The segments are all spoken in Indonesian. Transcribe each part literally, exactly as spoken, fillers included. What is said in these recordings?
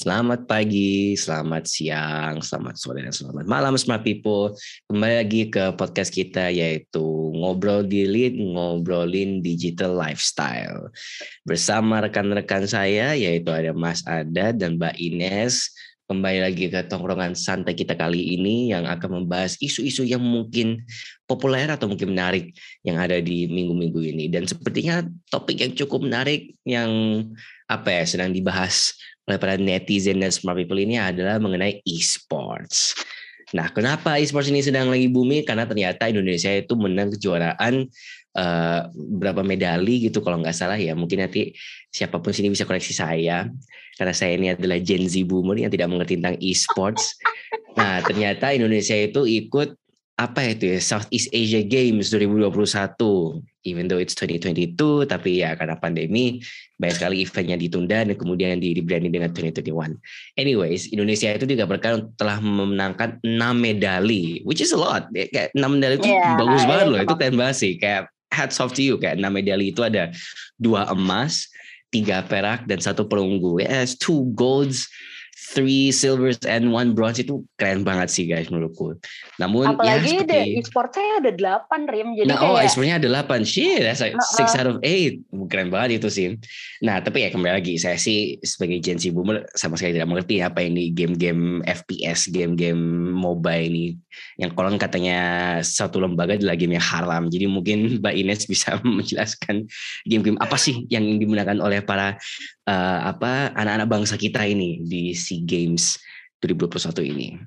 Selamat pagi, selamat siang, selamat sore, dan selamat malam smart people. Kembali lagi ke podcast kita yaitu Ngobrol Delete, Ngobrolin Digital Lifestyle. Bersama rekan-rekan saya yaitu ada Mas Ada dan Mbak Ines. Kembali lagi ke tongkrongan santai kita kali ini yang akan membahas isu-isu yang mungkin populer atau mungkin menarik yang ada di minggu-minggu ini. Dan sepertinya topik yang cukup menarik yang apa ya sedang dibahas oleh para netizen dan smart people ini adalah mengenai e-sports. Nah, kenapa e-sports ini sedang lagi booming? Karena ternyata Indonesia itu menang kejuaraan uh, berapa medali gitu kalau nggak salah ya. Mungkin nanti siapapun sini bisa koreksi saya. Karena saya ini adalah Gen Z boomer yang tidak mengerti tentang e-sports. Nah, ternyata Indonesia itu ikut apa itu ya Southeast Asia Games dua ribu dua puluh satu. Even though it's twenty twenty-two, tapi ya karena pandemi banyak sekali eventnya ditunda dan kemudian di rebranding dengan twenty twenty-one. Anyways, Indonesia itu juga berkan telah memenangkan enam medali, which is a lot. Kayak enam medali itu yeah, bagus banget loh. Itu keren banget sih. Kayak hats off to you. Kayak enam medali itu ada dua emas, tiga perak dan satu perunggu. Yes, two golds, three silvers and one bronze. Itu keren banget sih guys menurutku. Namun apalagi ya seperti e-sportnya ada delapan Rim. Jadi nah, kayak oh e-sportnya ada delapan. Shit, that's like uh-uh. six out of eight. Keren banget itu sih. Nah, tapi ya kembali lagi, saya sih sebagai Gen Z boomer sama sekali tidak mengerti apa ini game-game F P S, game-game mobile ini. Yang konon katanya satu lembaga adalah game yang haram. Jadi mungkin Mbak Ines bisa menjelaskan game-game apa sih yang digunakan oleh para uh, apa anak-anak bangsa kita ini di SEA Games dua ribu dua puluh satu ini.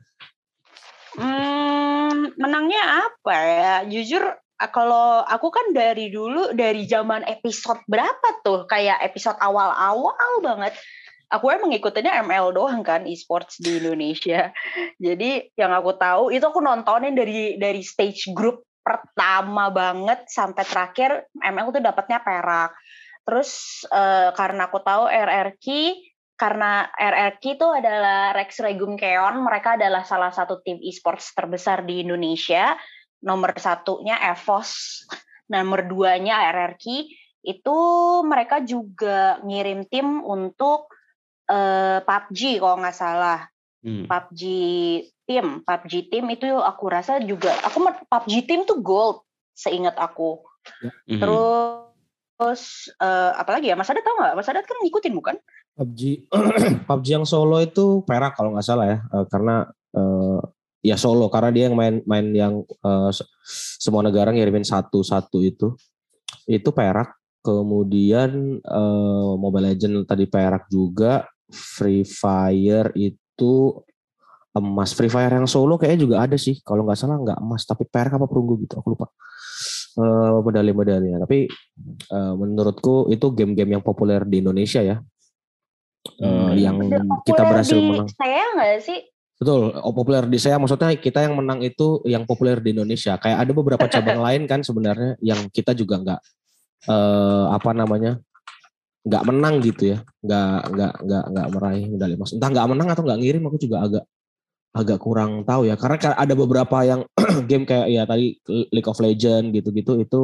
Hmm, menangnya apa ya? Jujur kalau aku kan dari dulu, dari zaman episode berapa tuh, kayak episode awal-awal banget, aku emang ngikutinnya M L doang kan, e-sports di Indonesia. Jadi yang aku tahu itu aku nontonin dari dari stage group pertama banget sampai terakhir M L tuh dapatnya perak. Terus uh, karena aku tahu R R Q, karena R R Q itu adalah Rex Regum Keon, mereka adalah salah satu tim e-sports terbesar di Indonesia. Nomor satunya EVOS, nomor duanya R R Q. Itu mereka juga ngirim tim untuk uh, P U B G kalau nggak salah. Hmm. P U B G tim, P U B G tim itu aku rasa juga, aku P U B G tim tuh gold, seingat aku. Hmm. Terus Terus uh, apalagi ya, Mas Adat tahu nggak? Mas Adat kan ngikutin bukan? P U B G, P U B G yang solo itu perak kalau nggak salah ya, uh, karena uh, ya solo karena dia yang main main yang uh, semua negara ngirimin satu-satu itu, itu perak. Kemudian uh, Mobile Legends tadi perak juga, Free Fire itu emas. Free Fire yang solo kayaknya juga ada sih, kalau nggak salah nggak emas tapi perak apa perunggu gitu, aku lupa. Uh, medali-medalinya, tapi uh, menurutku itu game-game yang populer di Indonesia ya, uh, hmm. yang populer kita berhasil di menang. Saya nggak sih? Betul, oh, populer di saya maksudnya kita yang menang itu yang populer di Indonesia. Kayak ada beberapa cabang lain kan sebenarnya yang kita juga nggak uh, apa namanya nggak menang gitu ya, nggak nggak nggak nggak meraih medali emas. Entah nggak menang atau nggak ngirim, aku juga agak agak kurang tahu ya, karena ada beberapa yang game kayak ya tadi League of Legends gitu-gitu itu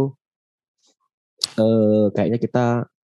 eh, kayaknya kita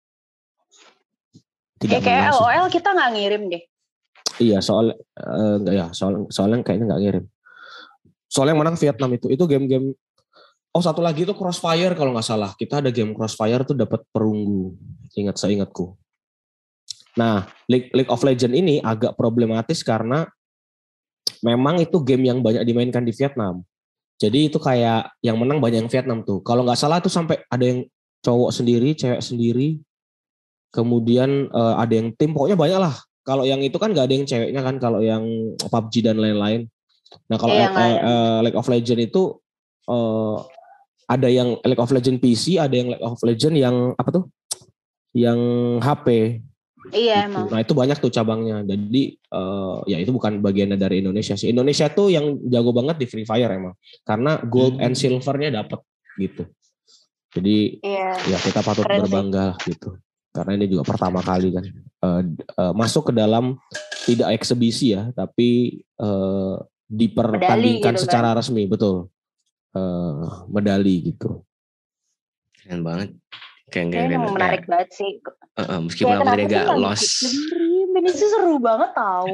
tidak eh, kayak L O L kita nggak ngirim deh. Iya soal eh, enggak ya soal soalnya kayaknya nggak ngirim. Soal yang menang Vietnam itu itu game-game. Oh satu lagi itu Crossfire kalau nggak salah, kita ada game Crossfire tuh dapat perunggu, ingat saya ingatku. Nah League, League of Legends ini agak problematis karena memang itu game yang banyak dimainkan di Vietnam. Jadi itu kayak yang menang banyak yang Vietnam tuh. Kalau nggak salah tuh sampai ada yang cowok sendiri, cewek sendiri. Kemudian uh, ada yang tim, pokoknya banyak lah. Kalau yang itu kan nggak ada yang ceweknya kan, kalau yang P U B G dan lain-lain. Nah kalau eh, uh, uh, League of Legends itu uh, ada yang League of Legends P C, ada yang League of Legends yang apa tuh? Yang H P. Iya gitu. emang. Nah itu banyak tuh cabangnya. Jadi uh, ya itu bukan bagian dari Indonesia sih. Indonesia tuh yang jago banget di Free Fire emang. Karena gold hmm. and silvernya dapat gitu. Jadi iya. ya kita patut keren berbangga sih. Gitu. Karena ini juga pertama kali kan uh, uh, masuk ke dalam tidak eksebisi ya, tapi uh, dipertandingkan gitu secara kan? Resmi, betul. Uh, medali gitu. Keren banget. Kayak Kayak emang kayak menarik banget sih. uh, uh, meskipun aku tadi agak lost. Ini tuh seru banget tau.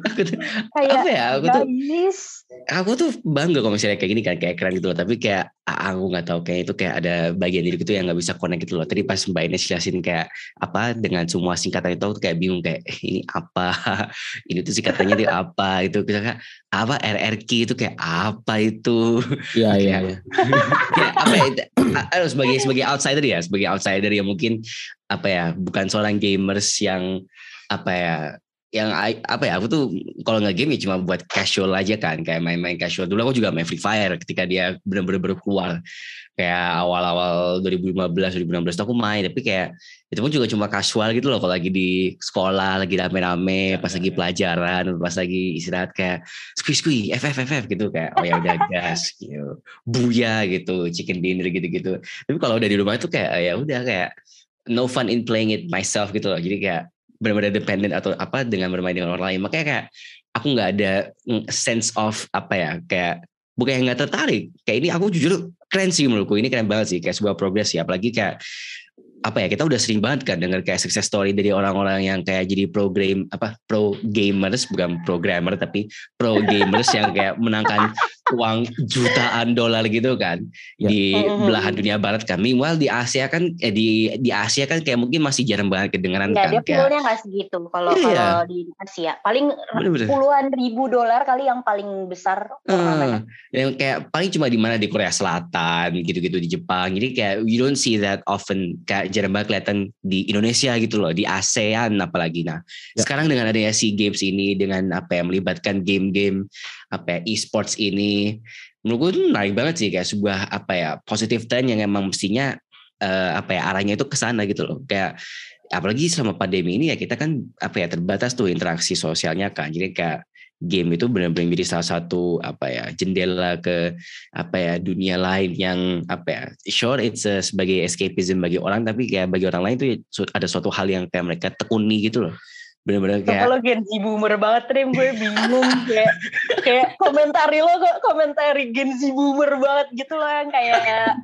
Kayak apa ya? Aku tuh guys. aku tuh bangga kalau misalnya kayak gini kan, kayak keren gitu loh. Tapi kayak aku nggak tahu, kayak itu kayak ada bagian diri gitu yang nggak bisa connect gitu loh. Tadi pas Mbak Ines jelasin kayak apa dengan semua singkatan itu, aku tuh kayak bingung kayak ini apa, ini tuh singkatannya itu apa, itu kayak apa R R Q itu kayak apa itu. Iya iya. Kayak apa ya? Harus sebagai sebagai outsider ya, sebagai outsider yang mungkin apa ya, bukan seorang gamers yang apa ya, yang apa ya, aku tuh kalau nggak game ya cuma buat casual aja kan, kayak main-main casual. Dulu aku juga main Free Fire ketika dia benar-benar keluar, kayak awal-awal dua ribu lima belas dua ribu enam belas tuh aku main, tapi kayak itu pun juga cuma casual gitu loh, kalau lagi di sekolah lagi rame-rame, pas lagi pelajaran, pas lagi istirahat kayak squee squee F F F F gitu, kayak oh ya udah gas gitu, buya gitu, chicken dinner gitu-gitu. Tapi kalau udah di rumah itu kayak ya udah kayak no fun in playing it myself gitu loh, jadi kayak benar-benar dependent atau apa dengan bermain dengan orang lain. Makanya kayak aku nggak ada sense of apa ya, kayak bukan yang nggak tertarik. Kayak ini aku jujur keren sih menurutku, ini keren banget sih, kayak sebuah progres sih. Apalagi kayak apa ya, kita udah sering banget kan dengar kayak success story dari orang-orang yang kayak jadi pro game apa pro gamers, bukan programmer tapi pro gamers yang kayak menangkan uang jutaan dolar gitu kan ya. Di belahan dunia barat kan. Meanwhile di Asia kan eh, di di Asia kan kayak mungkin masih jarang banget kedengaran ya, kan. Dia poolnya nggak segitu kalau iya. Kalau di Asia paling Bener-bener. Puluhan ribu dolar kali yang paling besar. Uh, yang kayak paling cuma di mana di Korea Selatan gitu-gitu, di Jepang. Jadi kayak you don't see that often, kayak jarang banget kelihatan di Indonesia gitu loh, di ASEAN apalagi. Nah ya. Sekarang dengan adanya SEA Games ini, dengan apa yang melibatkan game-game apa ya, e-sports ini, menurut gue itu menarik banget sih, kayak sebuah apa ya positive trend yang emang mestinya uh, apa ya arahnya itu ke sana gitu loh. Kayak apalagi selama pandemi ini ya, kita kan apa ya terbatas tuh interaksi sosialnya kan, jadi kayak game itu benar-benar menjadi salah satu apa ya jendela ke apa ya dunia lain yang apa ya, sure it's a, sebagai escapism bagi orang, tapi kayak bagi orang lain itu ada suatu hal yang kayak mereka tekuni gitu loh. Bener-bener kayak kalau Gen Z boomer banget Rim, gue bingung kayak kayak komentari lo kok komentari Gen Z boomer banget gitu loh, yang kayak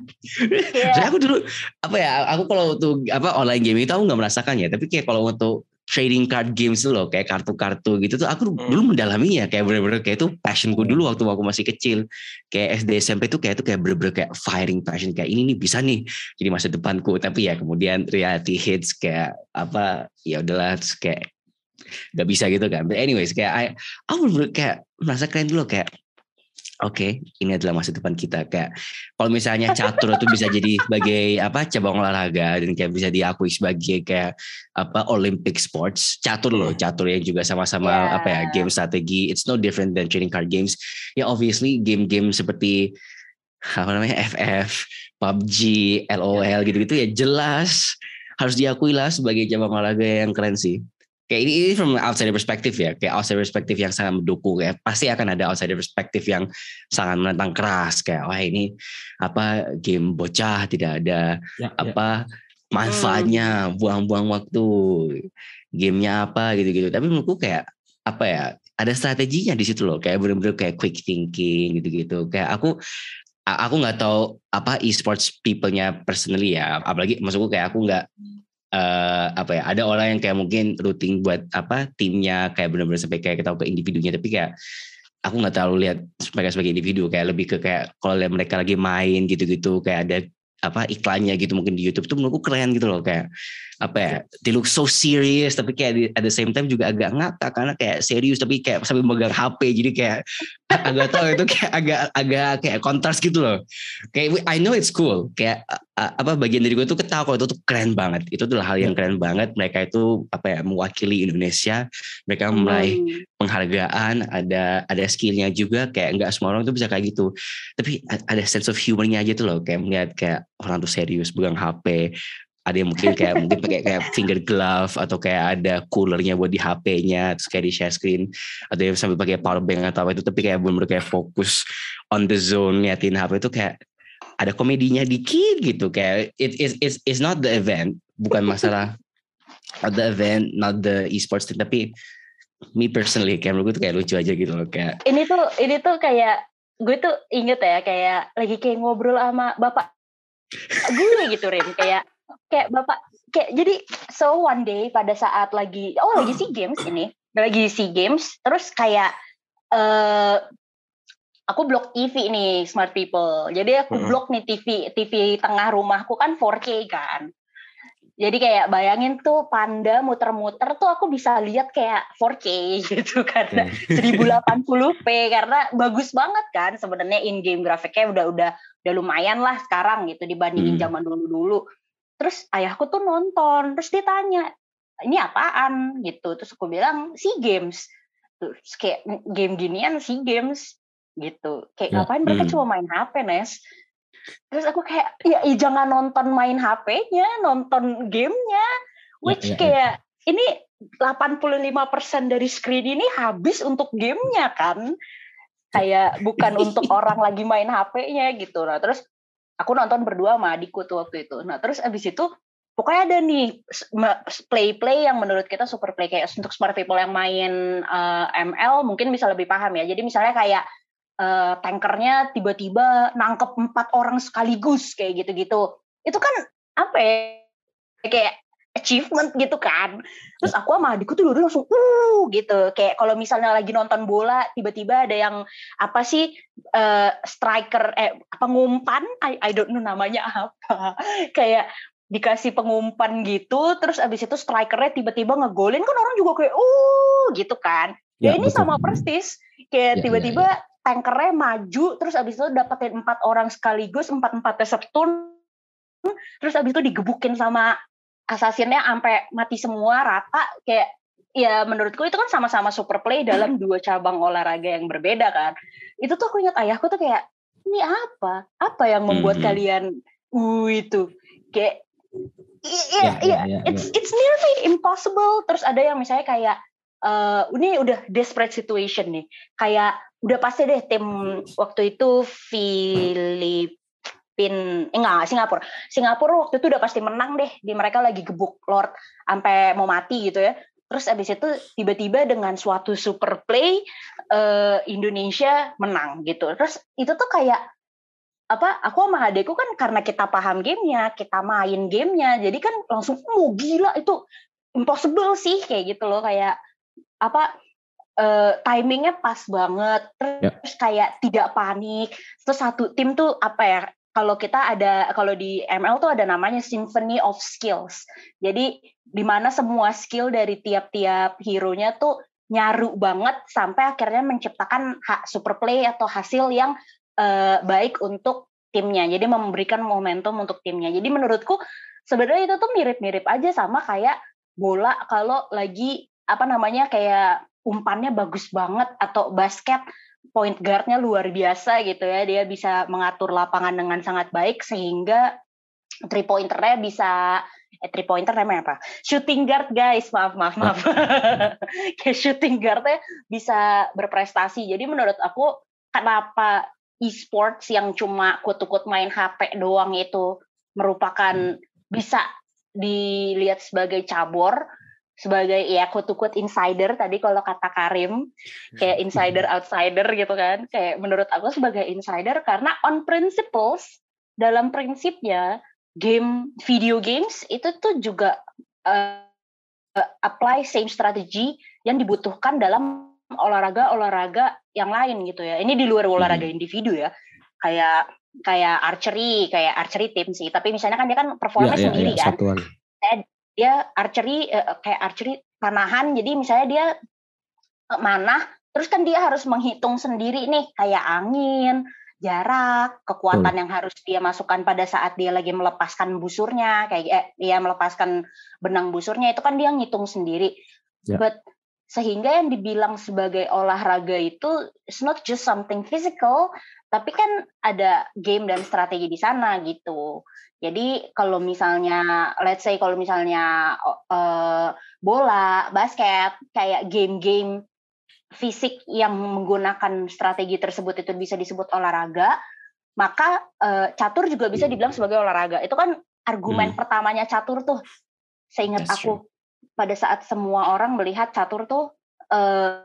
kayak saya aku dulu apa ya, aku kalau tuh apa online game itu aku nggak merasakannya, tapi kayak kalau untuk trading card games tuh loh, kayak kartu-kartu gitu tuh aku hmm. dulu mendalaminya, kayak bener-bener kayak itu passionku dulu waktu aku masih kecil, kayak S D S M P tuh kayak itu kayak bener-bener kayak firing passion, kayak ini nih bisa nih jadi masa depanku. Tapi ya kemudian reality hits, kayak apa ya udahlah kayak gak bisa gitu kan. But anyways kayak I, aku bener-bener kayak merasa keren dulu, kayak oke, okay, ini adalah masa depan kita. Kayak kalau misalnya catur itu bisa jadi sebagai apa cabang olahraga dan kayak bisa diakui sebagai kayak apa Olympic sports, catur loh, catur yang juga sama-sama yeah. apa ya game strategi. It's no different than trading card games. Ya obviously game-game seperti apa namanya F F, P U B G, L O L gitu-gitu ya jelas harus diakui lah sebagai cabang olahraga yang keren sih. Kayak ini, ini from outsider perspective ya, kayak outsider perspective yang sangat mendukung, ya pasti akan ada outsider perspective yang sangat menentang keras, kayak wah ini apa game bocah, tidak ada ya, apa ya. manfaatnya, buang-buang waktu, gamenya apa gitu-gitu. Tapi menurutku kayak apa ya, ada strateginya di situ loh, kayak benar-benar kayak quick thinking gitu-gitu. Kayak aku aku nggak tahu apa e-sports people-nya personally ya, apalagi maksudku kayak aku nggak Uh, apa ya, ada orang yang kayak mungkin rutin buat apa timnya kayak benar-benar sampai kayak kita ke individunya, tapi kayak aku nggak terlalu lihat mereka sebagai individu, kayak lebih ke kayak kalau lihat mereka lagi main gitu-gitu, kayak ada apa iklannya gitu mungkin di YouTube, itu menurutku keren gitu loh, kayak apa ya, they look so serious tapi kayak di, at the same time juga agak ngakak karena kayak serius tapi kayak sambil megang H P, jadi kayak agak tahu itu kayak agak agak kayak kontras gitu loh. Kayak I know it's cool, kayak uh, apa bagian dari gue tuh ketawa kalau itu tuh keren banget, itu adalah hal yang keren banget. Mereka itu apa ya mewakili Indonesia, mereka meraih hmm. penghargaan, ada ada skillnya juga, kayak nggak semua orang tuh bisa kayak gitu, tapi ada sense of humornya aja tuh loh, kayak melihat kayak orang tuh serius pegang H P. Ada yang mungkin kayak mungkin pakai kayak finger glove atau kayak ada coolernya buat di H P-nya, terus kayak di share screen, ada yang sambil pakai power bank atau apa itu, tapi kayak benar-benar kayak fokus on the zone ngeliatin H P itu, kayak ada komedinya dikit gitu, kayak it is is is not the event, bukan masalah not the event, not the esports thing, tapi me personally kayak menurut gue tuh kayak lucu aja gitu loh, kayak ini tuh ini tuh kayak gue tuh inget ya kayak lagi kayak ngobrol sama bapak gue gitu Rim, kayak kayak bapak kayak jadi so one day pada saat lagi oh lagi SEA Games ini lagi SEA Games terus kayak uh, aku blok T V nih smart people jadi aku blok nih T V T V tengah rumahku kan four K kan jadi kayak bayangin tuh panda muter-muter tuh aku bisa lihat kayak four K gitu karena seribu delapan puluh p karena bagus banget kan sebenarnya in game grafiknya udah udah udah lumayan lah sekarang gitu dibandingin hmm. zaman dulu-dulu. Terus ayahku tuh nonton, terus dia tanya, ini apaan gitu. Terus aku bilang, SEA Games. Terus kayak game ginian SEA Games gitu. Kayak ya. Ngapain mereka hmm. cuma main H P, Nes? Terus aku kayak, ya, ya jangan nonton main H P-nya, nonton gamenya. Which ya, ya, kayak, ya. Ini delapan puluh lima persen dari screen ini habis untuk gamenya kan. Kayak bukan untuk orang lagi main H P-nya gitu. Nah terus, aku nonton berdua sama adikku tuh waktu itu. Nah terus abis itu pokoknya ada nih play-play yang menurut kita super play. Kayak untuk smart people yang main uh, M L mungkin bisa lebih paham ya. Jadi misalnya kayak uh, tankernya tiba-tiba nangkep empat orang sekaligus kayak gitu-gitu. Itu kan apa ya? Kayak achievement gitu kan. Terus aku sama adikku tuh dulu langsung uh gitu. Kayak kalau misalnya lagi nonton bola tiba-tiba ada yang apa sih uh, striker eh pengumpan I, I don't know namanya apa. Kayak dikasih pengumpan gitu terus abis itu strikernya tiba-tiba ngegolin kan orang juga kayak uh gitu kan. Ya, ya ini betul. Sama persis. Kayak ya, tiba-tiba ya, ya. Tankernya maju terus abis itu dapetin empat orang sekaligus empat-empatnya setun terus abis itu digebukin sama asasinnya sampai mati semua rata kayak ya menurutku itu kan sama-sama super play dalam dua cabang olahraga yang berbeda kan. Itu tuh aku ingat ayahku tuh kayak ini apa? Apa yang membuat mm-hmm. kalian uh itu kayak iya iya it's it's nearly impossible. Terus ada yang misalnya kayak uh, ini udah desperate situation nih. Kayak udah pasti deh tim waktu itu Filipina Pin, eh enggak, Singapura. Singapura waktu itu udah pasti menang deh. Di mereka lagi gebuk Lord sampai mau mati gitu ya. Terus abis itu tiba-tiba dengan suatu super play uh, Indonesia menang gitu. Terus itu tuh kayak apa? Aku sama adekku kan karena kita paham gamenya, kita main gamenya, jadi kan langsung oh gila itu impossible sih kayak gitu loh kayak apa? Uh, timingnya pas banget. Terus ya. Kayak tidak panik. Terus satu tim tuh apa ya? Kalau kita ada, kalau di M L tuh ada namanya Symphony of Skills. Jadi di mana semua skill dari tiap-tiap hero-nya tuh nyaru banget sampai akhirnya menciptakan hak super play atau hasil yang uh, baik untuk timnya. Jadi memberikan momentum untuk timnya. Jadi menurutku sebenarnya itu tuh mirip-mirip aja sama kayak bola kalau lagi apa namanya kayak umpannya bagus banget atau basket point guard-nya luar biasa gitu ya, dia bisa mengatur lapangan dengan sangat baik sehingga three pointer-nya bisa eh three pointer namanya apa? Shooting guard guys, maaf maaf maaf. Kayak shooting guard-nya bisa berprestasi. Jadi menurut aku kenapa e-sports yang cuma kutu-kut main H P doang itu merupakan bisa dilihat sebagai cabur, sebagai ya quote-unquote insider tadi kalau kata Karim kayak insider outsider gitu kan kayak menurut aku sebagai insider karena on principles dalam prinsipnya game video games itu tuh juga uh, apply same strategy yang dibutuhkan dalam olahraga-olahraga yang lain gitu ya. Ini di luar olahraga hmm. individu ya kayak kayak archery kayak archery team sih tapi misalnya kan dia kan performanya ya, sendiri ya, ya, kan satuan. Dia archery uh, kayak archery panahan jadi misalnya dia uh, manah terus kan dia harus menghitung sendiri nih kayak angin, jarak, kekuatan hmm. yang harus dia masukkan pada saat dia lagi melepaskan busurnya kayak eh, dia melepaskan benang busurnya itu kan dia ngitung sendiri. Yeah. But sehingga yang dibilang sebagai olahraga itu it's not just something physical tapi kan ada game dan strategi di sana gitu. Jadi kalau misalnya, let's say kalau misalnya uh, bola, basket, kayak game-game fisik yang menggunakan strategi tersebut itu bisa disebut olahraga, maka uh, catur juga bisa dibilang sebagai olahraga. Itu kan argumen hmm. pertamanya catur tuh. Seingat That's aku, true. Pada saat semua orang melihat catur tuh, uh,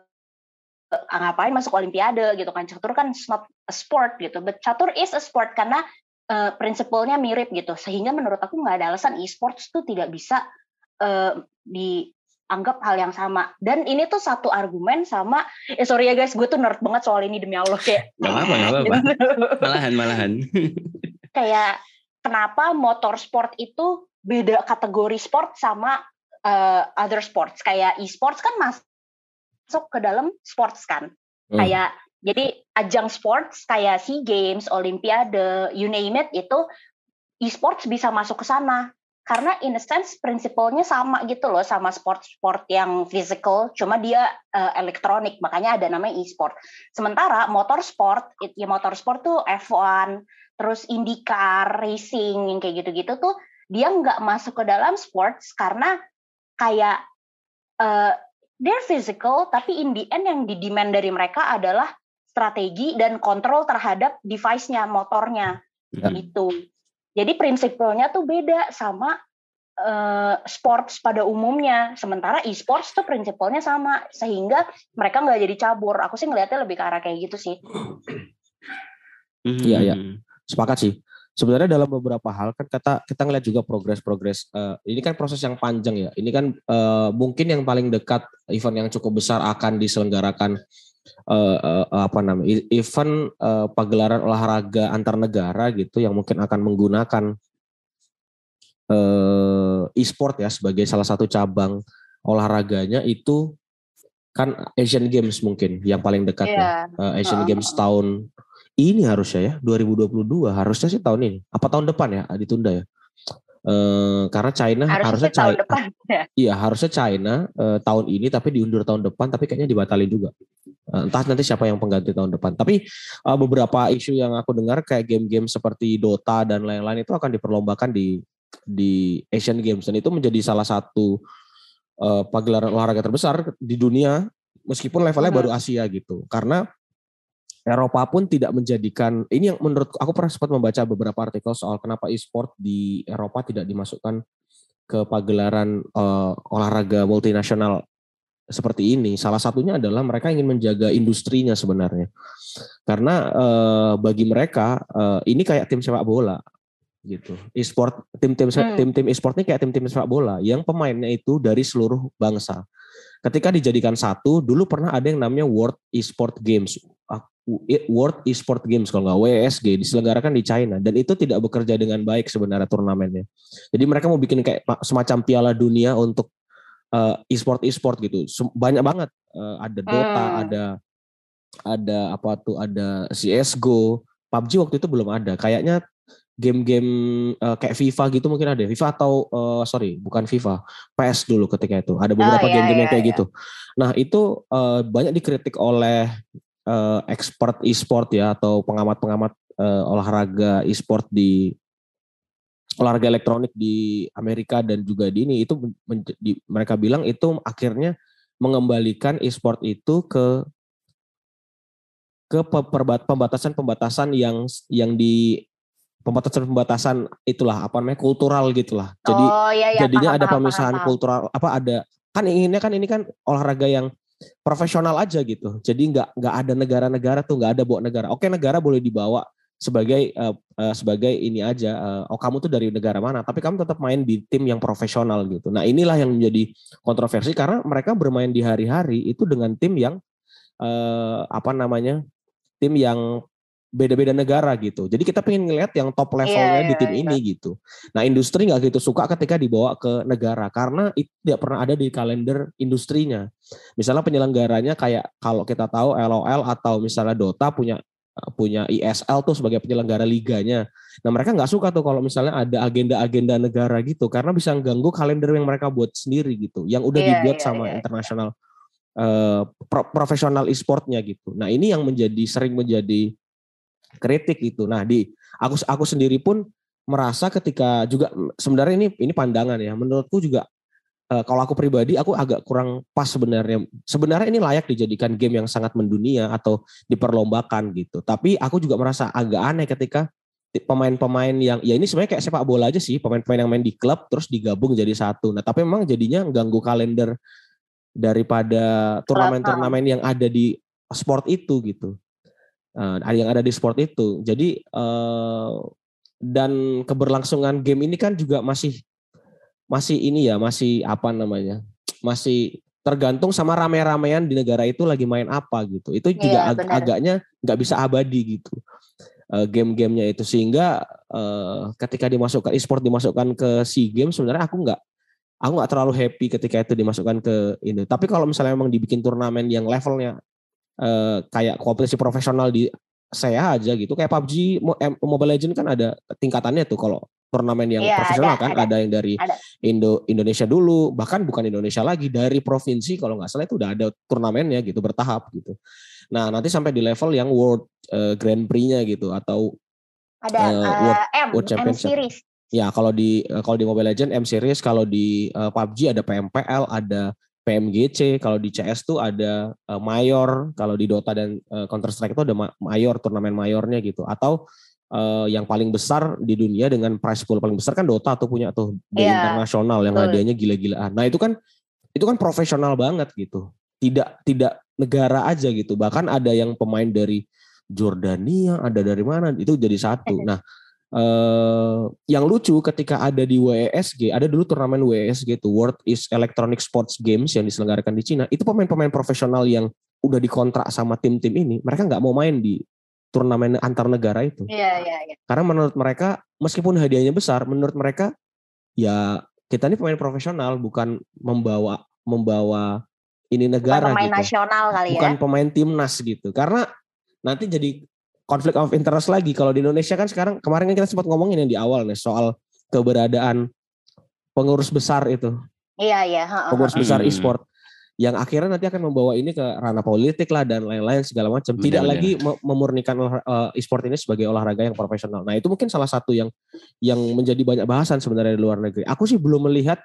ngapain masuk olimpiade gitu kan. Catur kan not a sport gitu, but catur is a sport karena uh, prinsipalnya mirip gitu, sehingga menurut aku nggak ada alasan e-sports tuh tidak bisa uh, dianggap hal yang sama. Dan ini tuh satu argumen sama, eh sorry ya guys, gue tuh nerd banget soal ini demi Allah kayak. Gak apa-apa, gak apa-apa. Malahan, malahan. Kayak kenapa motorsport itu beda kategori sport sama uh, other sports. Kayak e-sports kan masuk ke dalam sports kan. Hmm. Kayak jadi ajang sports kayak SEA Games, Olimpiade, you name it, itu e-sports bisa masuk ke sana. Karena in a sense prinsipalnya sama gitu loh sama sport-sport yang physical, cuma dia uh, elektronik, makanya ada namanya e-sport. Sementara motorsport, ya motorsport tuh F one, terus IndyCar, racing, yang kayak gitu-gitu tuh dia nggak masuk ke dalam sports karena kayak uh, they're physical, tapi in the end yang di-demand dari mereka adalah strategi dan kontrol terhadap device-nya, motornya, ya. Gitu. Jadi prinsipnya tuh beda sama uh, sports pada umumnya. Sementara e-sports tuh prinsipnya sama, sehingga mereka nggak jadi cabur. Aku sih ngelihatnya lebih ke arah kayak gitu sih. Iya, iya. Sepakat sih. Sebenarnya dalam beberapa hal kan kita kita ngeliat juga progres-progres. Uh, ini kan proses yang panjang ya. Ini kan uh, mungkin yang paling dekat event yang cukup besar akan diselenggarakan. Uh, uh, apa namanya event uh, pagelaran olahraga antar negara gitu yang mungkin akan menggunakan uh, e-sport ya sebagai salah satu cabang olahraganya itu kan Asian Games mungkin yang paling dekat yeah. ya uh, Asian uh, Games tahun ini harusnya ya dua ribu dua puluh dua harusnya sih tahun ini apa tahun depan ya ditunda ya uh, karena China harusnya, harusnya tahun China, depan ya. Iya harusnya China uh, tahun ini tapi diundur tahun depan tapi kayaknya dibatalin juga. Entah nanti siapa yang pengganti tahun depan. Tapi uh, beberapa isu yang aku dengar kayak game-game seperti Dota dan lain-lain itu akan diperlombakan di di Asian Games dan itu menjadi salah satu uh, pagelaran olahraga terbesar di dunia meskipun levelnya uh-huh. baru Asia gitu. Karena Eropa pun tidak menjadikan ini yang menurut aku pernah sempat membaca beberapa artikel soal kenapa e-sport di Eropa tidak dimasukkan ke pagelaran uh, olahraga multinasional seperti ini. Salah satunya adalah mereka ingin menjaga industrinya sebenarnya. Karena uh, bagi mereka uh, ini kayak tim sepak bola gitu. E-sport tim-tim hmm. tim-tim e-sport ini kayak tim-tim sepak bola yang pemainnya itu dari seluruh bangsa. Ketika dijadikan satu, dulu pernah ada yang namanya World E-Sport Games. World E-Sport Games kalau nggak W E S G diselenggarakan di China dan itu tidak bekerja dengan baik sebenarnya turnamennya. Jadi mereka mau bikin kayak semacam Piala Dunia untuk uh, e-sport e-sport gitu. Banyak banget uh, ada Dota, hmm. ada ada apa tuh ada C S G O, P U B G waktu itu belum ada. Kayaknya game-game uh, kayak FIFA gitu mungkin ada. FIFA atau uh, sorry bukan FIFA, P E S dulu ketika itu. Ada beberapa oh, game-game iya, yang kayak iya. gitu. Nah itu uh, banyak dikritik oleh Uh, expert e-sport ya atau pengamat-pengamat uh, olahraga e-sport di olahraga elektronik di Amerika dan juga di ini itu men- di, mereka bilang itu akhirnya mengembalikan e-sport itu ke ke pembatasan-pembatasan yang yang di pembatasan-pembatasan itulah apa namanya kultural gitulah. Jadi oh, iya, iya, jadinya paham, ada paham, pemisahan paham, paham. kultural apa ada kan inginnya kan ini kan olahraga yang profesional aja gitu. Jadi nggak nggak ada negara-negara tuh nggak ada bawa negara. Oke negara boleh dibawa sebagai uh, uh, sebagai ini aja. Uh, oh kamu tuh dari negara mana? Tapi kamu tetap main di tim yang profesional gitu. Nah inilah yang menjadi kontroversi karena mereka bermain di hari-hari itu dengan tim yang uh, apa namanya tim yang beda-beda negara gitu. Jadi kita pengen ngelihat yang top levelnya yeah, di tim yeah, ini yeah. gitu. Nah industri nggak gitu suka ketika dibawa ke negara karena itu tidak pernah ada di kalender industrinya. Misalnya penyelenggaranya kayak kalau kita tahu L O L atau misalnya Dota punya punya E S L tuh sebagai penyelenggara liganya. Nah mereka nggak suka tuh kalau misalnya ada agenda-agenda negara gitu karena bisa mengganggu kalender yang mereka buat sendiri gitu. Yang udah yeah, dibuat yeah, sama yeah, internasional yeah. uh, pro- profesional e-sportnya gitu. Nah ini yang menjadi sering menjadi kritik itu. Nah di aku aku sendiri pun merasa ketika juga sebenarnya ini ini pandangan ya. Menurutku juga e, kalau aku pribadi aku agak kurang pas sebenarnya. Sebenarnya ini layak dijadikan game yang sangat mendunia atau diperlombakan gitu. Tapi aku juga merasa agak aneh ketika pemain-pemain yang ya ini sebenarnya kayak sepak bola aja sih. Pemain-pemain yang main di klub terus digabung jadi satu. Nah tapi memang jadinya ganggu kalender daripada turnamen-turnamen yang ada di sport itu gitu. Uh, yang ada di sport itu. Jadi uh, dan keberlangsungan game ini kan juga masih masih ini ya, masih apa namanya? Masih tergantung sama rame-ramean di negara itu lagi main apa gitu. Itu juga Iya, ag- benar. agaknya nggak bisa abadi gitu. Uh, game-gamenya itu sehingga uh, ketika dimasukkan e-sport dimasukkan ke SEA Games sebenarnya aku nggak aku nggak terlalu happy ketika itu dimasukkan ke ini. Tapi kalau misalnya memang dibikin turnamen yang levelnya uh, kayak kompetisi profesional di saya aja gitu kayak P U B G Mobile Legends kan ada tingkatannya tuh kalau turnamen yang Iya, profesional ada, kan ada, ada yang dari ada. Indo Indonesia dulu bahkan bukan Indonesia lagi dari provinsi kalau nggak salah itu udah ada turnamennya gitu bertahap gitu. Nah nanti sampai di level yang World uh, Grand Prix-nya gitu atau Ada uh, uh, World, M, World M Championship. series. Ya kalau di uh, kalau di Mobile Legends M series, kalau di uh, P U B G ada P M P L, ada P M G C, kalau di C S tuh ada uh, Mayor, kalau di Dota dan uh, Counter Strike itu ada Mayor, turnamen Mayornya gitu. Atau uh, yang paling besar di dunia dengan prize pool paling besar kan Dota tuh punya tuh The Iya, International yang betul. hadiahnya gila-gilaan. Nah itu kan itu kan profesional banget gitu. Tidak tidak negara aja gitu. Bahkan ada yang pemain dari Jordania, ada dari mana itu jadi satu. Nah Uh, yang lucu ketika ada di W E S G, ada dulu turnamen W E S G itu World is Electronic Sports Games yang diselenggarakan di Cina. Itu pemain-pemain profesional yang udah dikontrak sama tim-tim ini, mereka nggak mau main di turnamen antar negara itu. Iya, iya, iya. Karena menurut mereka, meskipun hadiahnya besar, menurut mereka ya kita ini pemain profesional, bukan membawa membawa ini negara bukan pemain gitu. nasional kali bukan ya. Pemain timnas gitu. Karena nanti jadi konflik of interest lagi. Kalau di Indonesia kan sekarang, kemarin kan kita sempat ngomongin yang di awal nih soal keberadaan pengurus besar itu. Iya, iya. Pengurus besar Hmm. e-sport. Yang akhirnya nanti akan membawa ini ke ranah politik lah dan lain-lain segala macam. Tidak Benar-benar. lagi memurnikan uh, e-sport ini sebagai olahraga yang profesional. Nah itu mungkin salah satu yang yang menjadi banyak bahasan sebenarnya di luar negeri. Aku sih belum melihat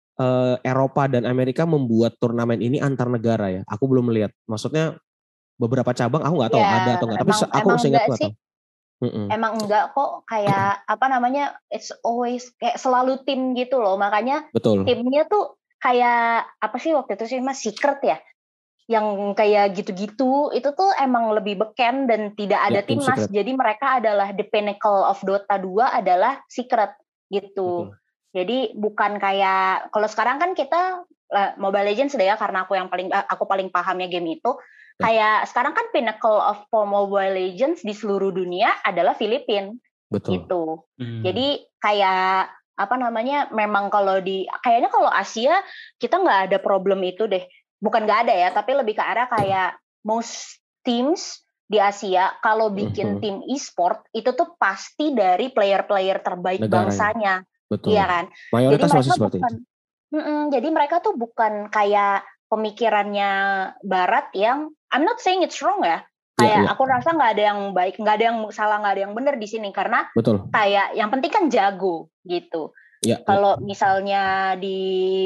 uh, Eropa dan Amerika membuat turnamen ini antar negara ya. Aku belum melihat. Maksudnya beberapa cabang aku nggak tahu Ya, ada atau enggak. Tapi emang, aku emang seingat enggak nggak sih. tahu. Mm-mm. Emang enggak kok kayak apa namanya it's always kayak selalu tim gitu loh. Makanya Betul. timnya tuh kayak apa sih waktu itu sih Mas Secret ya. Yang kayak gitu-gitu itu tuh emang lebih beken dan tidak ada Ya, tim timnas. Secret. Jadi mereka adalah the pinnacle of Dota dua adalah Secret gitu. Betul. Jadi bukan kayak kalau sekarang kan kita Mobile Legends sudah ya karena aku yang paling aku paling pahamnya game itu. Kayak sekarang kan pinnacle of Mobile Legends di seluruh dunia adalah Filipina. Betul. Gitu. Hmm. Jadi kayak apa namanya? Memang kalau di kayaknya kalau Asia kita nggak ada problem itu deh. Bukan nggak ada ya, tapi lebih ke arah kayak most teams di Asia kalau bikin uh-huh. tim e-sport itu tuh pasti dari player-player terbaik negaranya. Bangsanya. Betul. Iya kan? Mayoritas jadi masih mereka seperti bukan, itu. Jadi mereka tuh bukan kayak pemikirannya Barat yang I'm not saying it's wrong ya. Kayak ya, ya. aku rasa nggak ada yang baik, nggak ada yang salah, nggak ada yang benar di sini karena betul. Kayak yang penting kan jago gitu. Ya, Kalau ya. misalnya di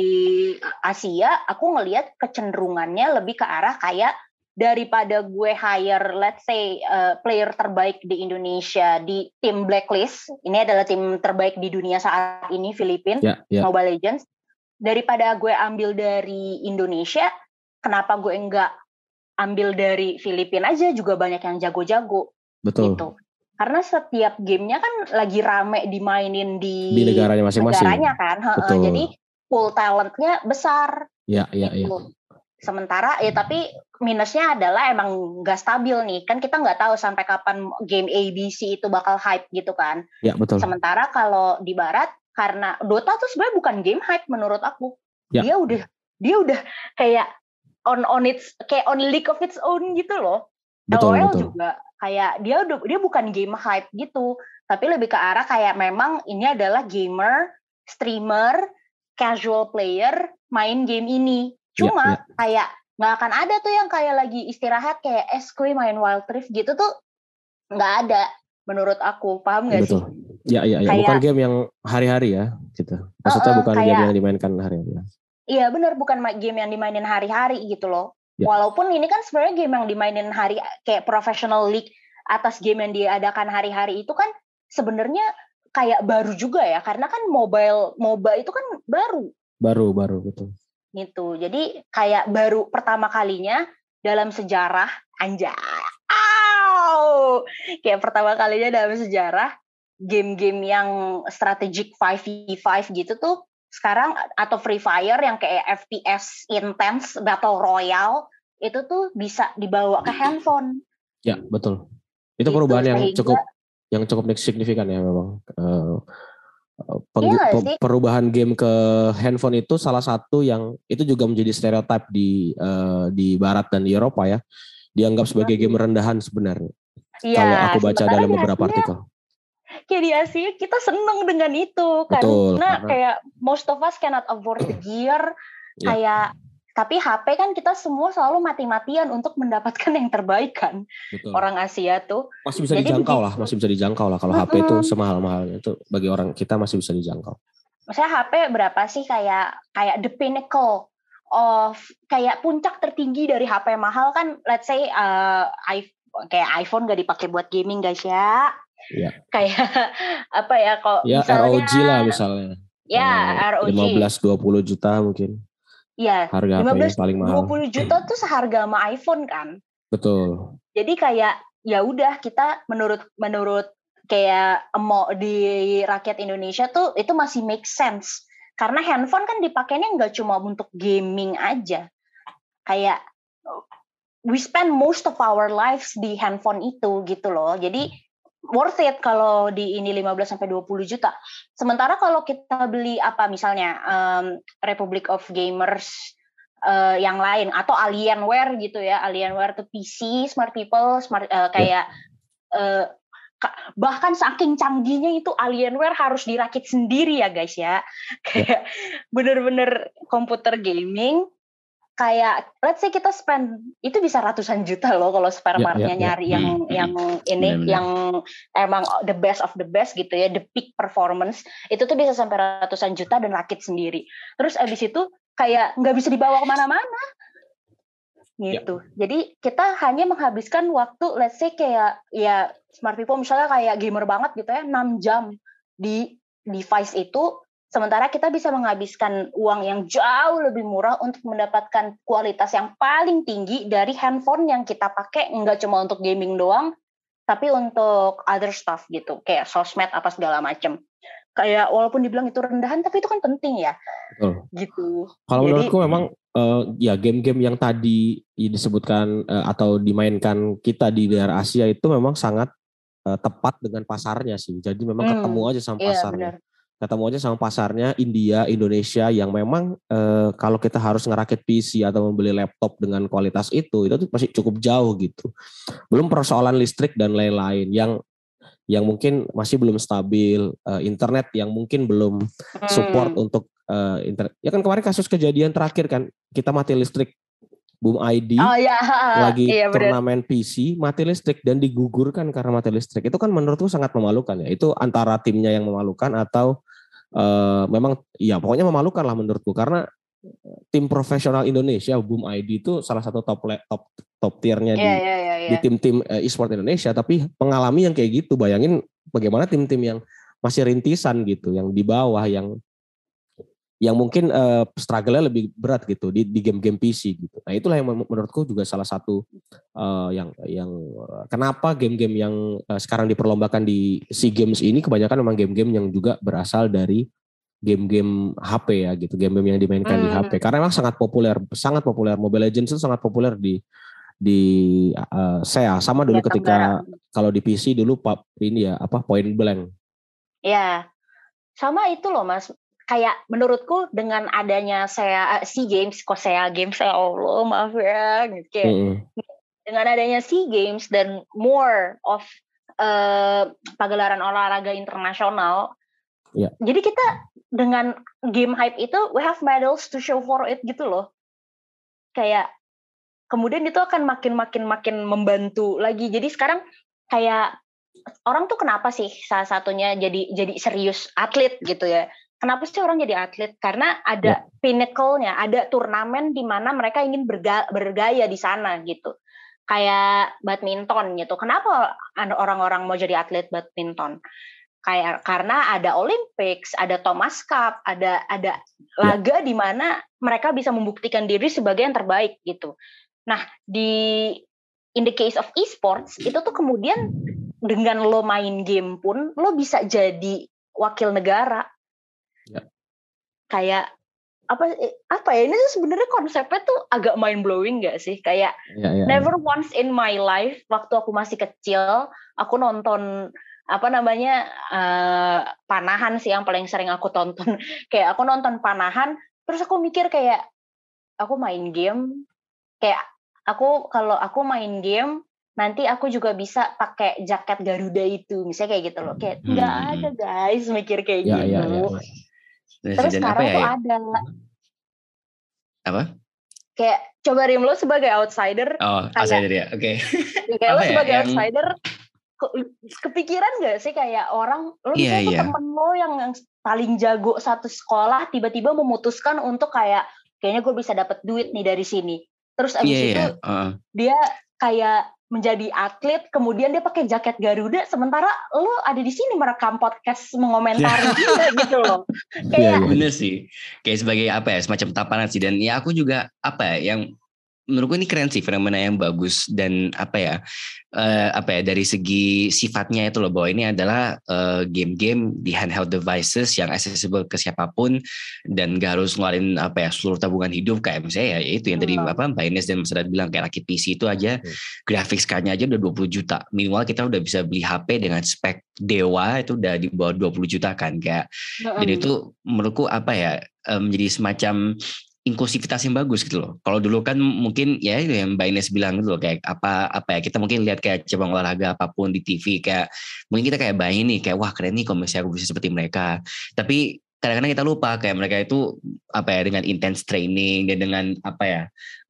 Asia, aku ngelihat kecenderungannya lebih ke arah kayak daripada gue hire, let's say uh, player terbaik di Indonesia di tim Blacklist, ini adalah tim terbaik di dunia saat ini Filipina, ya, ya. Mobile Legends. Daripada gue ambil dari Indonesia, kenapa gue enggak ambil dari Filipina aja juga banyak yang jago-jago. Betul. Gitu. Karena setiap gamenya kan lagi rame dimainin di, di negaranya masing-masing. Negaranya kan, betul. Jadi pool talentnya besar. Ya, ya, gitu. ya. Sementara ya tapi minusnya adalah emang nggak stabil nih. Kan kita nggak tahu sampai kapan game A B C itu bakal hype gitu kan. Ya, betul. Sementara kalau di Barat karena Dota tuh sebenarnya bukan game hype menurut aku. Ya. Dia udah dia udah kayak on on its kayak on league of its own gitu loh. Betul, L O L betul. juga kayak dia udah dia bukan game hype gitu, tapi lebih ke arah kayak memang ini adalah gamer, streamer, casual player main game ini. Cuma ya, ya. kayak nggak akan ada tuh yang kayak lagi istirahat kayak Eskui main Wild Rift gitu tuh nggak ada menurut aku, paham nggak sih? Ya, ya, ya. Kayak, bukan game yang hari-hari ya, gitu. Maksudnya uh-uh, bukan kayak, game yang dimainkan hari-hari. Ya. Iya benar, bukan game yang dimainin hari-hari gitu loh. Ya. Walaupun ini kan sebenarnya game yang dimainin hari kayak professional league atas game yang diadakan hari-hari itu kan sebenarnya kayak baru juga ya, karena kan mobile MOBA itu kan baru. Baru, baru betul. Gitu. Jadi kayak baru pertama kalinya dalam sejarah anjay. Au! Kayak pertama kalinya dalam sejarah game-game yang strategic lima v lima gitu tuh sekarang, atau Free Fire yang kayak F P S intense battle royale itu tuh bisa dibawa ke handphone. Ya, betul. Itu Gitu, perubahan yang sehingga- cukup yang cukup signifikan ya memang. Uh, peng- Iya nggak pe- sih? perubahan game ke handphone itu salah satu yang itu juga menjadi stereotip di uh, di Barat dan di Eropa ya. Dianggap sebagai game rendahan sebenarnya. Iya, Kalau aku baca sementara dalam di beberapa Asia- artikel. Kayak di Asia kita seneng dengan itu. Betul, karena, karena- kayak most of us cannot afford the gear. Ya. Kayak tapi H P kan kita semua selalu mati-matian untuk mendapatkan yang terbaik kan. Betul. Orang Asia tuh. Masih bisa Jadi dijangkau begitu. lah, masih bisa dijangkau lah. Kalau H P itu semahal-mahalnya itu bagi orang kita masih bisa dijangkau. Maksudnya H P berapa sih kayak kayak the pinnacle of kayak puncak tertinggi dari H P mahal kan, let's say uh, iPhone, kayak iPhone gak dipakai buat gaming guys ya. Iya. Kayak apa ya kok Ya misalnya, R O G lah misalnya. Ya Uh, R O G. lima belas dua puluh juta mungkin. Iya. Harga lima H P belas yang paling mahal. dua puluh juta tuh seharga sama iPhone kan. Betul. Jadi kayak ya udah kita menurut menurut kayak emo di rakyat Indonesia tuh itu masih make sense. Karena handphone kan dipakainya nggak cuma untuk gaming aja. Kayak we spend most of our lives di handphone itu gitu loh. Jadi worth it kalau di ini lima belas sampai dua puluh juta. Sementara kalau kita beli apa misalnya um, Republic of Gamers uh, yang lain atau Alienware gitu ya. Alienware tuh P C, smart people, smart uh, kayak yeah. uh, bahkan saking canggihnya itu Alienware harus dirakit sendiri ya guys ya. Kayak bener-bener komputer gaming. Kayak let's say kita spend itu bisa ratusan juta loh kalau spare Yeah, partnya yeah, yeah. nyari yang Hmm, yang ini benar-benar. yang emang the best of the best gitu ya, the peak performance itu tuh bisa sampai ratusan juta dan rakit sendiri. Terus abis itu kayak nggak bisa dibawa kemana-mana gitu. Jadi kita hanya menghabiskan waktu let's say kayak ya smart people misalnya kayak gamer banget gitu ya enam jam di device itu. Sementara kita bisa menghabiskan uang yang jauh lebih murah untuk mendapatkan kualitas yang paling tinggi dari handphone yang kita pakai nggak cuma untuk gaming doang, tapi untuk other stuff gitu, kayak sosmed apa segala macam. Kayak walaupun dibilang itu rendahan, tapi itu kan penting ya. Betul. Gitu. Kalau Jadi, menurutku memang uh, ya game-game yang tadi disebutkan uh, atau dimainkan kita di daerah Asia itu memang sangat uh, tepat dengan pasarnya sih. Jadi memang Hmm, ketemu aja sama iya, pasarnya. benar. Ketemu aja sama pasarnya India, Indonesia yang memang eh, kalau kita harus ngerakit P C atau membeli laptop dengan kualitas itu, itu tuh masih cukup jauh gitu. Belum persoalan listrik dan lain-lain yang yang mungkin masih belum stabil, eh, internet yang mungkin belum support Hmm. untuk eh, internet. Ya kan kemarin kasus kejadian terakhir kan, kita mati listrik, Boom I D Oh ya, lagi iya, benar. turnamen P C mati listrik dan digugurkan karena mati listrik. Itu kan menurutku sangat memalukan ya. Itu antara timnya yang memalukan atau Uh, memang ya pokoknya memalukan lah menurutku karena tim profesional Indonesia Boom I D itu salah satu top top top tiernya di Iya, iya, iya, di iya. tim-tim uh, e-sport Indonesia, tapi mengalami yang kayak gitu. Bayangin bagaimana tim-tim yang masih rintisan gitu, yang di bawah, yang yang mungkin uh, struggle-nya lebih berat gitu di, di game-game P C gitu. Nah itulah yang menurutku juga salah satu uh, yang yang uh, kenapa game-game yang uh, sekarang diperlombakan di SEA Games ini kebanyakan memang game-game yang juga berasal dari game-game H P ya gitu, game-game yang dimainkan Hmm. di H P karena memang sangat populer, sangat populer. Mobile Legends itu sangat populer di di uh, S E A sama dulu Ya, ketika Tenggara. kalau di P C dulu Pak ini ya apa Point Blank. Ya, sama itu loh Mas. Kayak menurutku dengan adanya saya SEA Games, kok SEA Games ya Allah maaf ya, gitu kayak Mm-hmm. dengan adanya SEA Games dan more of uh, pagelaran olahraga internasional, yeah. Jadi kita dengan game hype itu we have medals to show for it gitu loh, kayak kemudian itu akan makin makin makin membantu lagi. Jadi sekarang kayak orang tuh kenapa sih salah satunya jadi jadi serius atlet gitu ya? Kenapa sih orang jadi atlet? Karena ada yeah. pinnacle-nya, ada turnamen di mana mereka ingin berga, bergaya di sana gitu. Kayak badminton gitu. Kenapa orang-orang mau jadi atlet badminton? Kayak karena ada Olympics, ada Thomas Cup, ada ada laga yeah. di mana mereka bisa membuktikan diri sebagai yang terbaik gitu. Nah, di in the case of esports itu tuh kemudian dengan lo main game pun lo bisa jadi wakil negara. Ya. Kayak apa apa ya ini tuh sebenarnya konsepnya tuh agak mind blowing gak sih? Kayak Ya, ya, never ya. once in my life waktu aku masih kecil aku nonton apa namanya uh, Panahan sih yang paling sering aku tonton. Kayak aku nonton Panahan terus aku mikir kayak aku main game kayak aku kalau aku main game nanti aku juga bisa pakai jaket Garuda itu misalnya kayak gitu loh kayak nggak Hmm. ada guys mikir kayak Ya, gitu ya, ya, ya. terus Dan sekarang apa ya? tuh ada Apa? kayak coba Rim lo sebagai outsider Oh, kayak, outsider ya. Oke. ya, kayak lo Apa ya, sebagai yang- outsider ke- kepikiran gak sih kayak orang lo Iya, misalnya tuh iya. temen lo yang, yang paling jago satu sekolah tiba-tiba memutuskan untuk kayak kayaknya gue bisa dapat duit nih dari sini terus abis Iya, itu iya. Uh. dia kayak menjadi atlet kemudian dia pakai jaket Garuda sementara lo ada di sini merekam podcast mengomentari dia gitu loh kayak Iya, iya. Bener sih. Kayak sebagai apa ya, semacam tamparan sih. Dan ya aku juga apa ya, yang menurutku ini keren sih, fenomena yang bagus. Dan apa ya, uh, apa ya, dari segi sifatnya itu loh, bahwa ini adalah uh, game-game di handheld devices yang accessible ke siapapun. Dan gak harus ngeluarin apa ya, seluruh tabungan hidup. Kayak misalnya ya itu yang tadi hmm. apa Mbak Ines dan Mas Radit bilang, kayak rakit P C itu aja, hmm. graphics card-nya aja udah dua puluh juta. Minimal kita udah bisa beli H P dengan spek dewa, itu udah di bawah dua puluh juta kan. Kayak hmm. dan itu menurutku apa ya, menjadi um, semacam inklusivitas yang bagus gitu loh. Kalau dulu kan mungkin ya yang Mbak Ines bilang gitu loh, kayak apa apa ya, kita mungkin lihat kayak cabang olahraga apapun di T V, kayak mungkin kita kayak bayangin nih kayak wah keren nih kalau misalnya aku bisa seperti mereka. Tapi kadang-kadang kita lupa kayak mereka itu apa ya, dengan intense training dan dengan apa ya,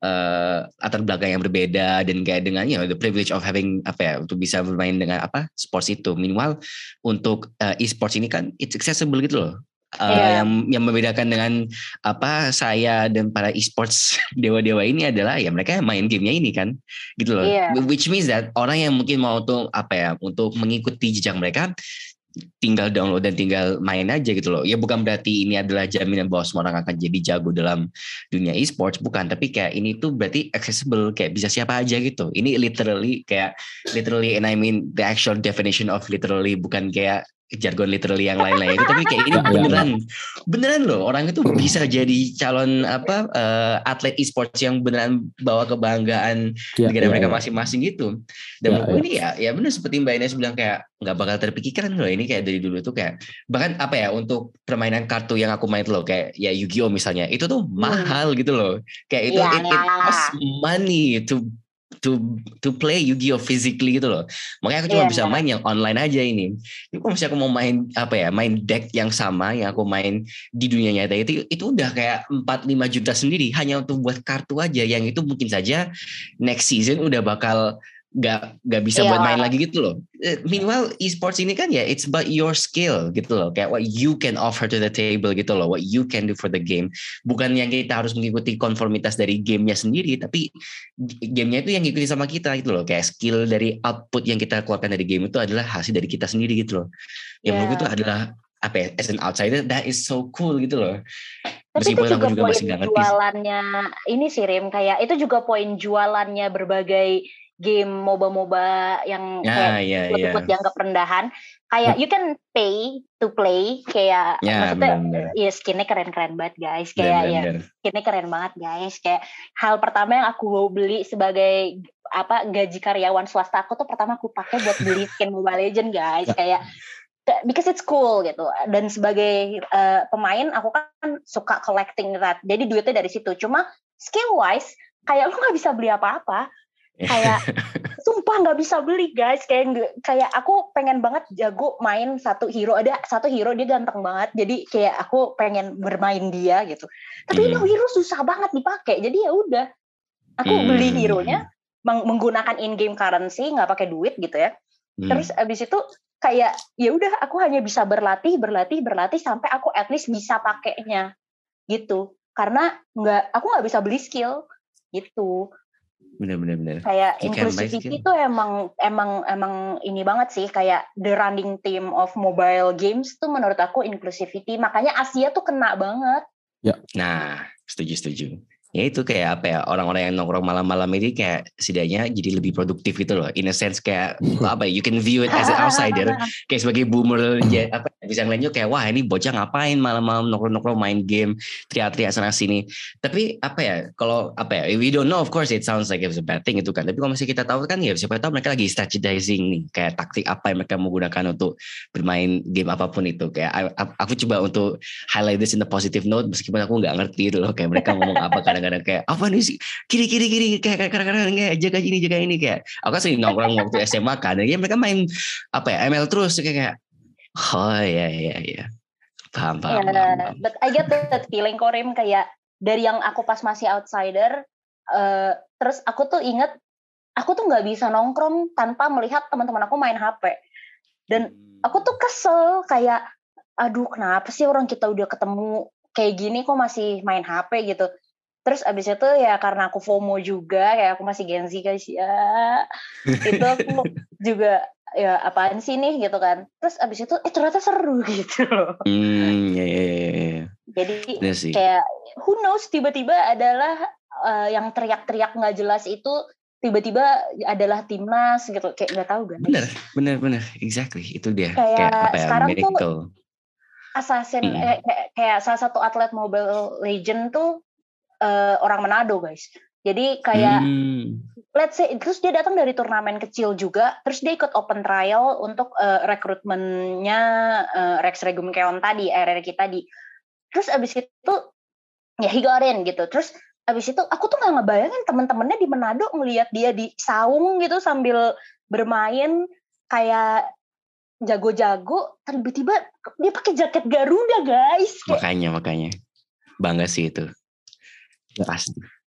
uh, latar belakang yang berbeda, dan kayak dengan you know, the privilege of having apa ya, untuk bisa bermain dengan apa sports itu. Minimal untuk uh, e-sports ini kan it's accessible gitu loh. Uh, yeah. yang yang membedakan dengan apa saya dan para e-sports dewa-dewa ini adalah ya mereka yang main gamenya ini kan gitu loh, yeah. which means that orang yang mungkin mau tuh apa ya, untuk mengikuti jejak mereka tinggal download dan tinggal main aja gitu loh. Ya bukan berarti ini adalah jaminan bahwa semua orang akan jadi jago dalam dunia e-sports, bukan, tapi kayak ini tuh berarti accessible, kayak bisa siapa aja gitu. Ini literally kayak literally, and I mean the actual definition of literally, bukan kayak jargon literally yang lain-lain itu, tapi kayak ini beneran beneran loh, orang itu bisa jadi calon apa uh, atlet e-sports yang beneran bawa kebanggaan ya, negara ya, mereka ya. masing-masing gitu. Dan ya, menurutku ya. ini ya ya benar seperti Mbak Ines bilang, kayak nggak bakal terpikirkan loh ini, kayak dari dulu tuh kayak bahkan apa ya, untuk permainan kartu yang aku main loh, kayak ya Yu-Gi-Oh misalnya, itu tuh mahal hmm. gitu loh, kayak itu ya, it, it costs money to to to play Yu-Gi-Oh physically gitu loh. Makanya aku cuma yeah. bisa main yang online aja ini. Jadi kalau misalnya aku mau main apa ya, main deck yang sama yang aku main di dunia nyata itu, itu udah kayak empat lima juta sendiri hanya untuk buat kartu aja, yang itu mungkin saja next season udah bakal gak, gak bisa yeah. buat main lagi gitu loh. Minimal e-sports ini kan ya it's about your skill gitu loh, kayak what you can offer to the table gitu loh, what you can do for the game. Bukan yang kita harus mengikuti konformitas dari gamenya sendiri, tapi gamenya itu yang ngikutin sama kita gitu loh, kayak skill dari output yang kita keluarkan dari game itu adalah hasil dari kita sendiri gitu loh. Yang yeah. menurutku itu adalah apa ya, as an outsider that is so cool gitu loh. Tapi meskipun itu juga, juga poin jualannya ini sih Rim, kayak itu juga poin jualannya berbagai game MOBA-MOBA yang ya, kayak ya, buat ya. dianggap rendahan, kayak you can pay to play, kayak ya, maksudnya bener-bener. ya skinnya keren-keren banget guys, kayak bener-bener. ya skinnya keren banget guys, kayak hal pertama yang aku beli sebagai apa gaji karyawan swasta aku tuh pertama aku pakai buat beli skin Mobile Legends guys, kayak because it's cool gitu. Dan sebagai uh, pemain aku kan suka collecting that, jadi duitnya dari situ. Cuma skill wise kayak lu nggak bisa beli apa-apa. Kayak sumpah nggak bisa beli guys, kayak kayak aku pengen banget jago main satu hero, ada satu hero dia ganteng banget, jadi kayak aku pengen bermain dia gitu, tapi itu mm. hero susah banget dipakai, jadi ya udah aku mm. beli hero-nya meng- menggunakan in game currency, nggak pakai duit gitu ya. mm. Terus abis itu kayak ya udah aku hanya bisa berlatih berlatih berlatih sampai aku at least bisa pakainya gitu, karena nggak aku nggak bisa beli skill gitu. Bener-bener. Kayak inclusivity itu emang emang emang ini banget sih, kayak the running team of mobile games tuh menurut aku inclusivity, makanya Asia tuh kena banget. Ya. Nah, setuju setuju. Ya itu kayak apa ya, orang-orang yang nongkrong malam-malam ini kayak setidaknya jadi lebih produktif gitu loh. In a sense kayak apa ya, you can view it as an outsider. Kayak sebagai boomer ya, apa bisa ngeliatnya kayak wah ini bocah ngapain malam-malam nongkrong-nongkrong main game, teriak-teriak sana sini. Tapi apa ya, kalau apa ya, if we don't know of course it sounds like it's a bad thing itu kan. Tapi kalau masih kita tahu kan ya siapa tahu mereka lagi strategizing nih, kayak taktik apa yang mereka mau gunakan untuk bermain game apapun itu. Kayak aku coba untuk highlight this in the positive note meskipun aku nggak ngerti itu loh, kayak mereka ngomong apa kadang kadang kayak apa nih sih kiri kiri kiri kayak kadang-kadang kayak jaga ini jaga ini kayak aku kan sering nongkrong waktu S M A kan, ya mereka main apa ya M L terus kayak kayak oh ya ya ya paham paham, yeah, paham, paham. But I get that feeling Korim, kayak dari yang aku pas masih outsider, uh, terus aku tuh inget aku tuh nggak bisa nongkrong tanpa melihat teman-teman aku main H P, dan aku tuh kesel kayak aduh kenapa sih orang kita udah ketemu kayak gini kok masih main H P gitu. Terus abis itu ya karena aku FOMO juga, kayak aku masih Gen Z guys ya, itu aku juga ya apaan sih nih gitu kan. Terus abis itu eh ternyata seru gitu loh. Hmm, ya, ya, ya, ya. Jadi ya kayak who knows, tiba-tiba adalah uh, yang teriak-teriak nggak jelas itu tiba-tiba adalah timnas gitu, kayak nggak tahu guys. Bener, bener, bener, exactly itu dia. Kayak, kayak apa ya, sekarang miracle. Tuh assassin hmm. eh, kayak, kayak salah satu atlet Mobile Legend tuh Uh, orang Manado guys. Jadi kayak hmm. let's say terus dia datang dari turnamen kecil juga, terus dia ikut open trial untuk uh, rekrutmennya uh, Rex Regum Keon tadi, R R Q tadi. Terus abis itu ya he got in gitu. Terus abis itu aku tuh nggak ngebayangin teman-temannya di Manado ngelihat dia di saung gitu sambil bermain kayak jago-jago, tiba-tiba dia pakai jaket Garuda guys. Makanya makanya bangga sih itu. Pasti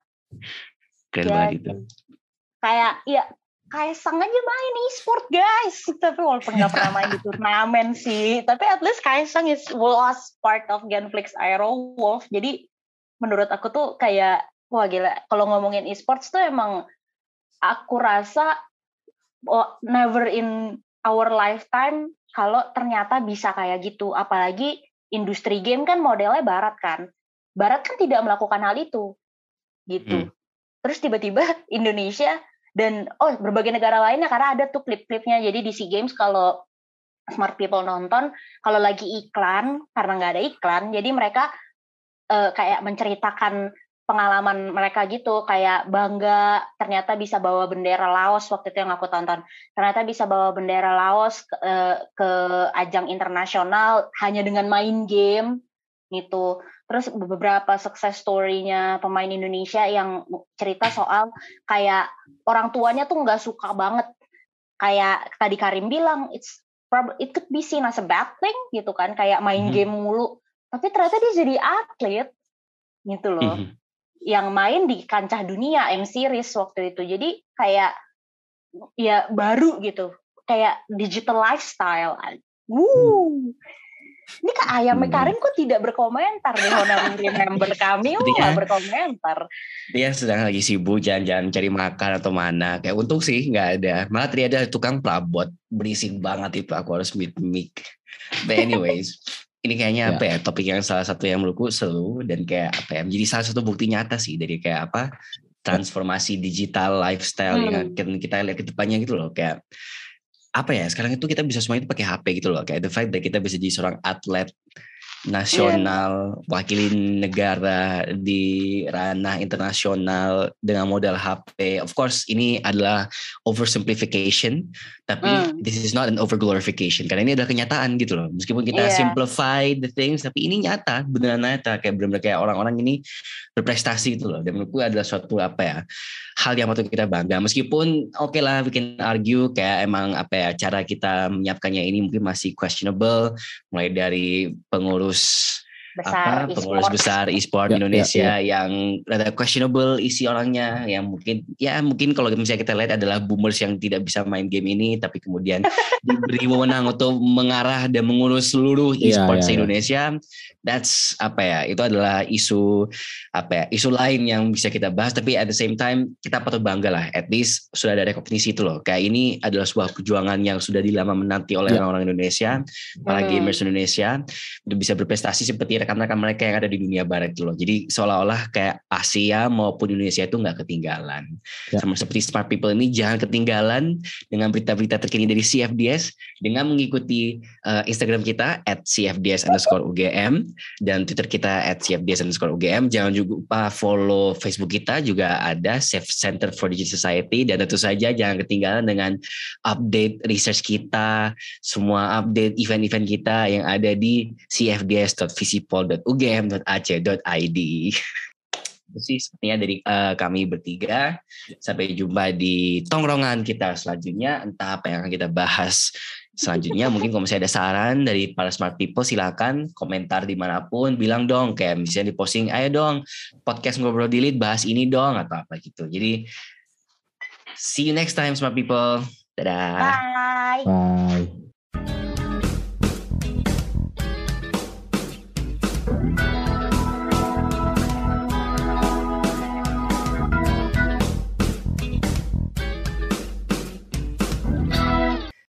keren ya, banget itu. Kayak ya Kaisang aja main e-sport guys, tapi walaupun nggak pernah main di turnamen sih, tapi at least Kaisang is was part of Genflix Aero Wolf. Jadi menurut aku tuh kayak wah gila, kalau ngomongin e-sports tuh emang aku rasa oh, never in our lifetime kalau ternyata bisa kayak gitu. Apalagi industri game kan modelnya barat kan. Barat kan tidak melakukan hal itu, gitu. Hmm. Terus tiba-tiba Indonesia dan oh berbagai negara lainnya, karena ada tuh klip-klipnya. Jadi di SEA Games kalau smart people nonton, kalau lagi iklan, karena nggak ada iklan, jadi mereka uh, kayak menceritakan pengalaman mereka gitu, kayak bangga ternyata bisa bawa bendera Laos waktu itu yang aku tonton. Ternyata bisa bawa bendera Laos ke, uh, ke ajang internasional hanya dengan main game, gitu. Terus beberapa success story-nya pemain Indonesia yang cerita soal kayak orang tuanya tuh nggak suka banget. Kayak tadi Karim bilang, it's probably, it could be seen as a bad thing gitu kan, kayak main mm-hmm. game mulu. Tapi ternyata dia jadi atlet gitu loh. Mm-hmm. Yang main di kancah dunia M Series waktu itu. Jadi kayak ya baru gitu. Kayak digital lifestyle. Woo. Ini Kak Ayam hmm. Karim kok tidak berkomentar nih, honorary member kami oh nggak berkomentar. Dia sedang lagi sibuk jalan-jalan cari makan atau mana. Kayak untung sih nggak ada. Malah tadi ada tukang pelabot berisik banget itu, aku harus mute mic. But anyways, ini kayaknya yeah. apa ya, topik yang salah satu yang menurutku seru dan kayak apa ya, menjadi salah satu bukti nyata sih dari kayak apa transformasi digital lifestyle hmm. yang kita lihat ke depannya gitu loh. Kayak apa ya, sekarang itu kita bisa semua itu pakai H P gitu loh, kayak the fact that kita bisa jadi seorang atlet nasional, yeah. wakilin negara di ranah internasional dengan modal H P. Of course ini adalah oversimplification, tapi mm. this is not an overglorification, karena ini adalah kenyataan gitu loh. Meskipun kita yeah. simplify the things, tapi ini nyata, beneran nyata, kayak benar-benar kayak orang-orang ini berprestasi gitu loh. Dan menurutku adalah suatu apa ya, hal yang patut kita bangga. Meskipun oke okay lah, we can argue kayak emang apa ya, cara kita menyiapkannya ini mungkin masih questionable, mulai dari pengurus besar apa pengurus e-sport. besar e-sport ya, Indonesia ya, ya. yang rada questionable isi orangnya, yang mungkin ya mungkin kalau misalnya kita lihat adalah boomers yang tidak bisa main game ini, tapi kemudian diberi wewenang untuk mengarah dan mengurus seluruh e-sport ya, ya, Indonesia. Ya. That's apa ya, itu adalah isu apa ya, isu lain yang bisa kita bahas, tapi at the same time kita patut bangga lah, at least sudah ada rekognisi itu loh, kayak ini adalah sebuah perjuangan yang sudah dilama menanti oleh ya. orang-orang Indonesia, para hmm. gamers Indonesia, untuk bisa berprestasi seperti rekan-rekan mereka yang ada di dunia barat gitu loh. Jadi seolah-olah kayak Asia maupun Indonesia itu nggak ketinggalan. Ya. Sama seperti Smart People ini jangan ketinggalan dengan berita-berita terkini dari C F D S dengan mengikuti uh, Instagram kita at C F D S underscore U G M dan Twitter kita at C F D S underscore U G M. Jangan juga lupa follow Facebook kita juga ada Safe Center for Digital Society, dan tentu saja jangan ketinggalan dengan update research kita, semua update event-event kita yang ada di c f d s dot visipol dot u g m dot a c dot i d. Itu sih sepertinya dari uh, kami bertiga. Sampai jumpa di tongkrongan kita selanjutnya. Entah apa yang akan kita bahas selanjutnya. Mungkin kalau misalnya ada saran dari para smart people, silakan komentar dimanapun, bilang dong, kayak misalnya di posting, ayo dong podcast Ngobrol di Lead bahas ini dong atau apa gitu. Jadi see you next time smart people. Dadah. Bye. Bye.